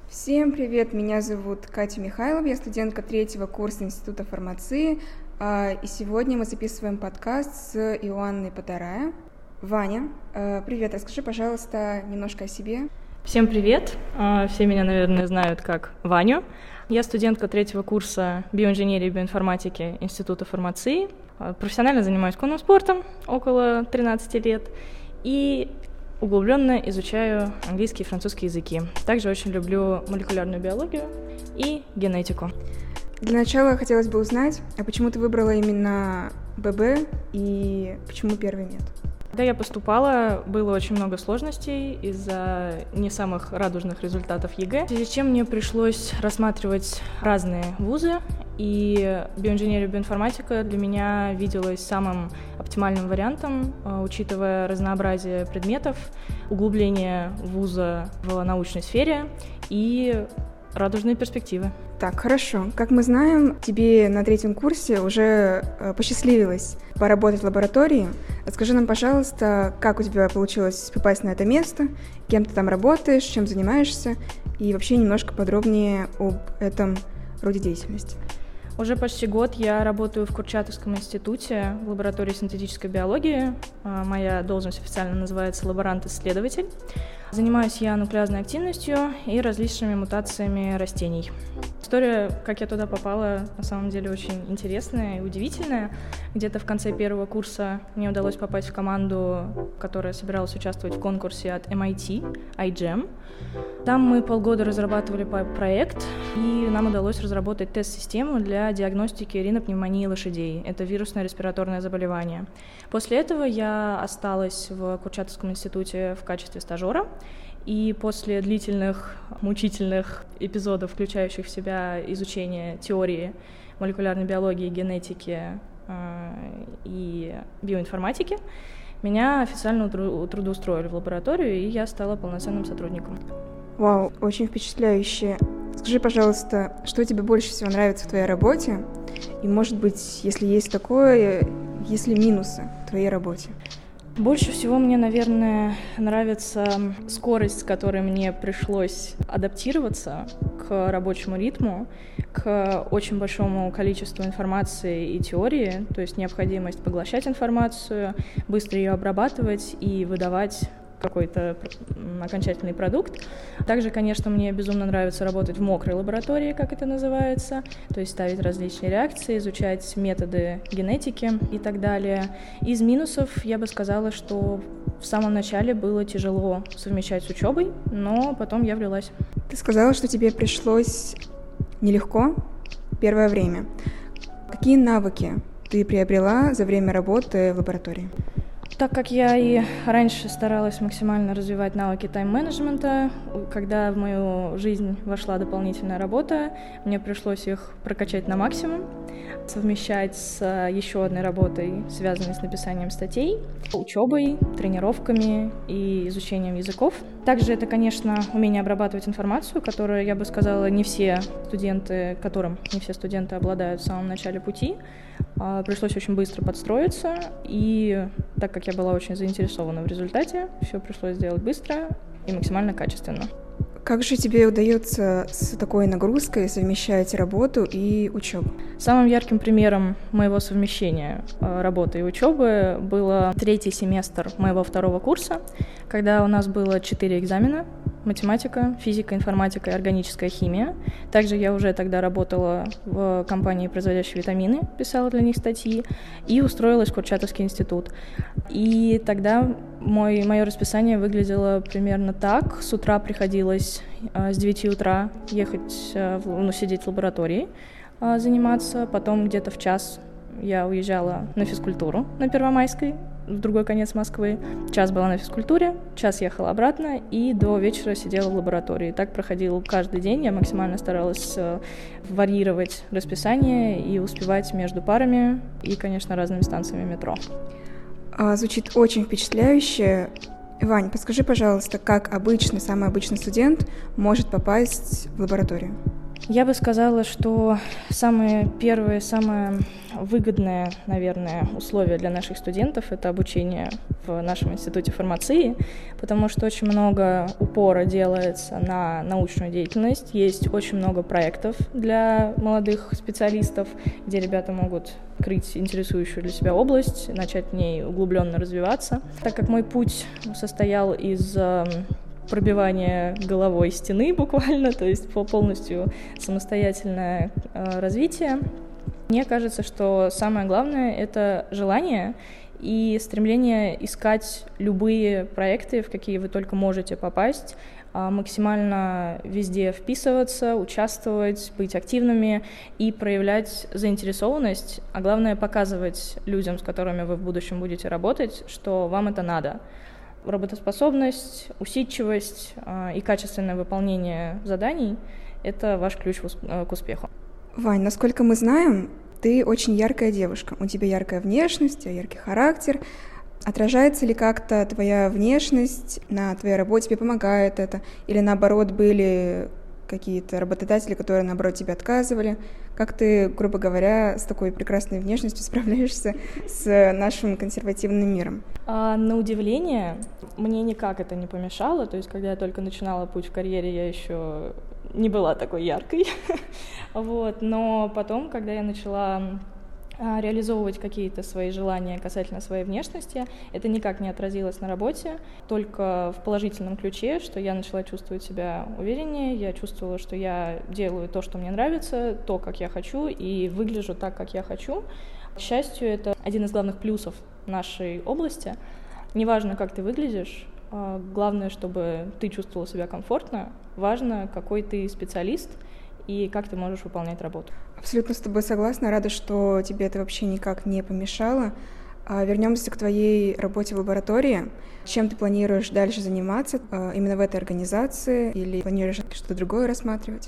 Всем привет, меня зовут Катя Михайлова, я студентка третьего курса Института фармации, и сегодня мы записываем подкаст с Иоанной Потарая. Ваня, привет, расскажи, пожалуйста, немножко о себе. Всем привет, все меня, наверное, знают как Ваню. Я студентка третьего курса биоинженерии и биоинформатики Института фармации. Профессионально занимаюсь конным спортом около 13 лет и углубленно изучаю английский и французский языки. Также очень люблю молекулярную биологию и генетику. Для начала хотелось бы узнать, а почему ты выбрала именно ББ и почему первый мед? Когда я поступала, было очень много сложностей из-за не самых радужных результатов ЕГЭ, в связи с чем мне пришлось рассматривать разные вузы, и биоинженерия и биоинформатика для меня виделась самым оптимальным вариантом, учитывая разнообразие предметов, углубление вуза в научной сфере и радужные перспективы. Так, хорошо. Как мы знаем, тебе на третьем курсе уже посчастливилось поработать в лаборатории. Расскажи нам, пожалуйста, как у тебя получилось попасть на это место, кем ты там работаешь, чем занимаешься, и вообще немножко подробнее об этом роде деятельности. Уже почти год я работаю в Курчатовском институте в лаборатории синтетической биологии. Моя должность официально называется лаборант-исследователь. Занимаюсь я нуклеазной активностью и различными мутациями растений. История, как я туда попала, на самом деле очень интересная и удивительная. Где-то в конце первого курса мне удалось попасть в команду, которая собиралась участвовать в конкурсе от MIT, iGEM. Там мы полгода разрабатывали проект, и нам удалось разработать тест-систему для диагностики ринопневмонии лошадей. Это вирусное респираторное заболевание. После этого я осталась в Курчатовском институте в качестве стажера, и после длительных, мучительных эпизодов, включающих в себя изучение теории молекулярной биологии, генетики и биоинформатики, меня официально трудоустроили в лабораторию, и я стала полноценным сотрудником. Вау, очень впечатляюще. Скажи, пожалуйста, что тебе больше всего нравится в твоей работе? И, может быть, если есть такое, есть ли минусы в твоей работе? Больше всего мне, наверное, нравится скорость, с которой мне пришлось адаптироваться к рабочему ритму, к очень большому количеству информации и теории, то есть необходимость поглощать информацию, быстро ее обрабатывать и выдавать какой-то окончательный продукт. Также, конечно, мне безумно нравится работать в мокрой лаборатории, как это называется, то есть ставить различные реакции, изучать методы генетики и так далее. Из минусов я бы сказала, что в самом начале было тяжело совмещать с учебой, но потом я влилась. Ты сказала, что тебе пришлось нелегко первое время. Какие навыки ты приобрела за время работы в лаборатории? Так как я и раньше старалась максимально развивать навыки тайм-менеджмента, когда в мою жизнь вошла дополнительная работа, мне пришлось их прокачать на максимум, совмещать с еще одной работой, связанной с написанием статей, учебой, тренировками и изучением языков. Также это, конечно, умение обрабатывать информацию, которую, я бы сказала, которым не все студенты обладают в самом начале пути. Пришлось очень быстро подстроиться, и так как я была очень заинтересована в результате, все пришлось сделать быстро и максимально качественно. Как же тебе удается с такой нагрузкой совмещать работу и учебу? Самым ярким примером моего совмещения работы и учебы был третий семестр моего второго курса, когда у нас было 4 экзамена: математика, физика, информатика и органическая химия. Также я уже тогда работала в компании, производящей витамины, писала для них статьи, и устроилась в Курчатовский институт. И тогда мое расписание выглядело примерно так. С утра приходилось с 9 утра сидеть в лаборатории, заниматься. Потом где-то в час я уезжала на физкультуру на Первомайской, в другой конец Москвы. Час была на физкультуре, час ехала обратно и до вечера сидела в лаборатории. Так проходил каждый день. Я максимально старалась варьировать расписание и успевать между парами и, конечно, разными станциями метро. Звучит очень впечатляюще. Вань, подскажи, пожалуйста, как самый обычный студент может попасть в лабораторию? Я бы сказала, что самое первое, самое выгодное, наверное, условие для наших студентов — это обучение в нашем институте фармации, потому что очень много упора делается на научную деятельность, есть очень много проектов для молодых специалистов, где ребята могут открыть интересующую для себя область, начать в ней углубленно развиваться. Так как мой путь состоял из пробивание головой стены буквально, то есть полностью самостоятельное развитие. Мне кажется, что самое главное — это желание и стремление искать любые проекты, в какие вы только можете попасть, максимально везде вписываться, участвовать, быть активными и проявлять заинтересованность, а главное — показывать людям, с которыми вы в будущем будете работать, что вам это надо. Работоспособность, усидчивость и качественное выполнение заданий — это ваш ключ к успеху. Вань, насколько мы знаем, ты очень яркая девушка. У тебя яркая внешность, яркий характер. Отражается ли как-то твоя внешность на твоей работе? Тебе помогает это? Или наоборот, были какие-то работодатели, которые, наоборот, тебе отказывали? Как ты, грубо говоря, с такой прекрасной внешностью справляешься с нашим консервативным миром? На удивление, мне никак это не помешало. То есть, когда я только начинала путь в карьере, я еще не была такой яркой. Но потом, когда я начала реализовывать какие-то свои желания касательно своей внешности, это никак не отразилось на работе, только в положительном ключе, что я начала чувствовать себя увереннее, я чувствовала, что я делаю то, что мне нравится, то, как я хочу, и выгляжу так, как я хочу. К счастью, это один из главных плюсов нашей области. Неважно, как ты выглядишь, главное, чтобы ты чувствовала себя комфортно, важно, какой ты специалист и как ты можешь выполнять работу. Абсолютно с тобой согласна, рада, что тебе это вообще никак не помешало. Вернемся к твоей работе в лаборатории. Чем ты планируешь дальше заниматься именно в этой организации или планируешь что-то другое рассматривать?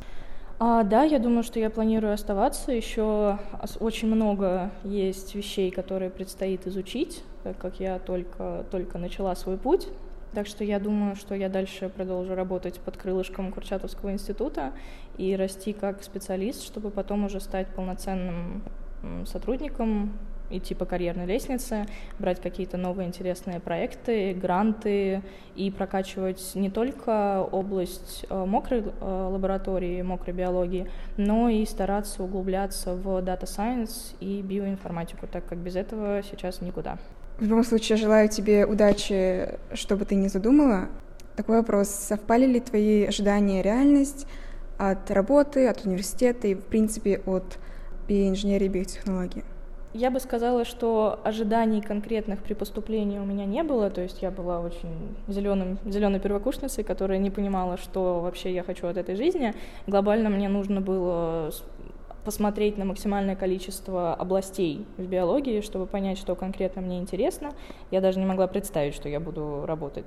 Да, я думаю, что я планирую оставаться. Еще очень много есть вещей, которые предстоит изучить, так как я только начала свой путь. Так что я думаю, что я дальше продолжу работать под крылышком Курчатовского института и расти как специалист, чтобы потом уже стать полноценным сотрудником, идти по карьерной лестнице, брать какие-то новые интересные проекты, гранты и прокачивать не только область мокрой лаборатории, мокрой биологии, но и стараться углубляться в Data Science и биоинформатику, так как без этого сейчас никуда. В любом случае, желаю тебе удачи, что бы ты ни задумала. Такой вопрос. Совпали ли твои ожидания и реальность от работы, от университета и, в принципе, от биоинженерии и биотехнологии? Я бы сказала, что ожиданий конкретных при поступлении у меня не было, то есть я была очень зеленой первокурсницей, которая не понимала, что вообще я хочу от этой жизни. Глобально мне нужно было посмотреть на максимальное количество областей в биологии, чтобы понять, что конкретно мне интересно. Я даже не могла представить, что я буду работать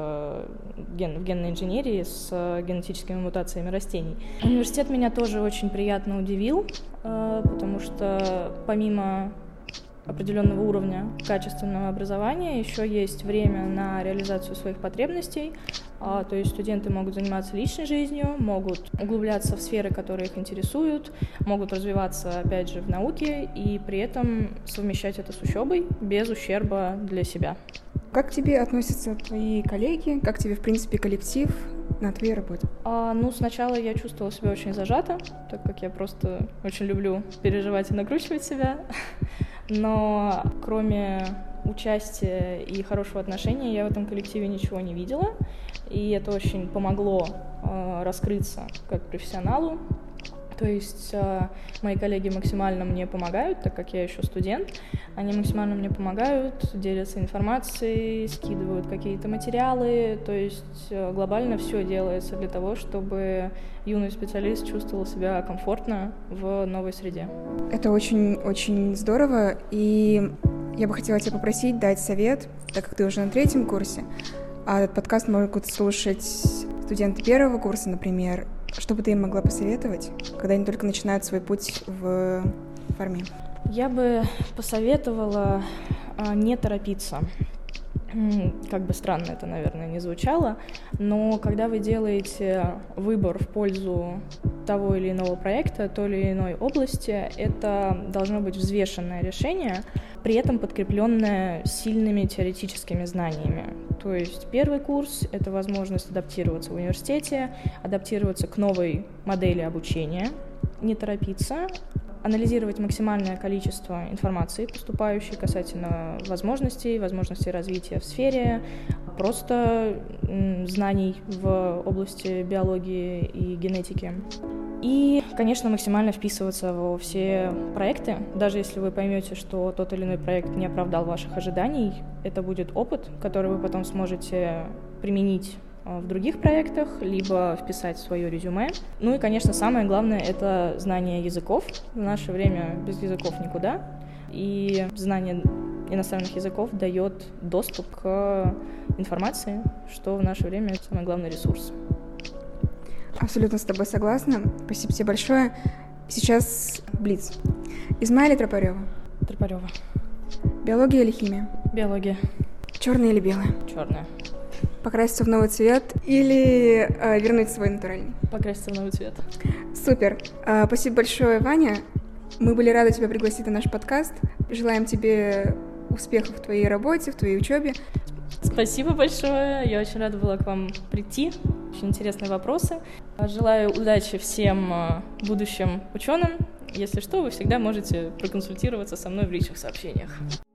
в генной инженерии с генетическими мутациями растений. Университет меня тоже очень приятно удивил, потому что помимо определенного уровня качественного образования еще есть время на реализацию своих потребностей, то есть студенты могут заниматься личной жизнью, могут углубляться в сферы, которые их интересуют, могут развиваться, опять же, в науке и при этом совмещать это с учебой без ущерба для себя. Как к тебе относятся твои коллеги? Как тебе, в принципе, коллектив на твоей работе? Сначала я чувствовала себя очень зажато, так как я просто очень люблю переживать и накручивать себя. Но кроме участия и хорошего отношения я в этом коллективе ничего не видела, и это очень помогло раскрыться как профессионалу. То есть мои коллеги максимально мне помогают, так как я еще студент, они максимально мне помогают, делятся информацией, скидывают какие-то материалы, то есть глобально все делается для того, чтобы юный специалист чувствовал себя комфортно в новой среде. Это очень-очень здорово, и я бы хотела тебя попросить дать совет, так как ты уже на 3-м курсе, а этот подкаст могут слушать студенты 1-го курса, например. Что бы ты им могла посоветовать, когда они только начинают свой путь в фарме? Я бы посоветовала не торопиться. Как бы странно это, наверное, не звучало, но когда вы делаете выбор в пользу того или иного проекта, той или иной области, это должно быть взвешенное решение, при этом подкрепленное сильными теоретическими знаниями. То есть первый курс — это возможность адаптироваться в университете, адаптироваться к новой модели обучения, не торопиться, анализировать максимальное количество информации, поступающей касательно возможностей развития в сфере, просто знаний в области биологии и генетики. И, конечно, максимально вписываться во все проекты. Даже если вы поймете, что тот или иной проект не оправдал ваших ожиданий, это будет опыт, который вы потом сможете применить в других проектах, либо вписать в свое резюме. Ну и, конечно, самое главное — это знание языков. В наше время без языков никуда. И знание иностранных языков дает доступ к информации, что в наше время самый главный ресурс. Абсолютно с тобой согласна. Спасибо тебе большое. Сейчас блиц. Измаиль Тропарева. Тропарева. Биология или химия? Биология. Черная или белая? Черная. Покраситься в новый цвет или вернуть свой натуральный? Покраситься в новый цвет. Супер. Спасибо большое, Ваня. Мы были рады тебя пригласить на наш подкаст. Желаем тебе успехов в твоей работе, в твоей учебе. Спасибо большое. Я очень рада была к вам прийти. Очень интересные вопросы. Желаю удачи всем будущим ученым. Если что, вы всегда можете проконсультироваться со мной в личных сообщениях.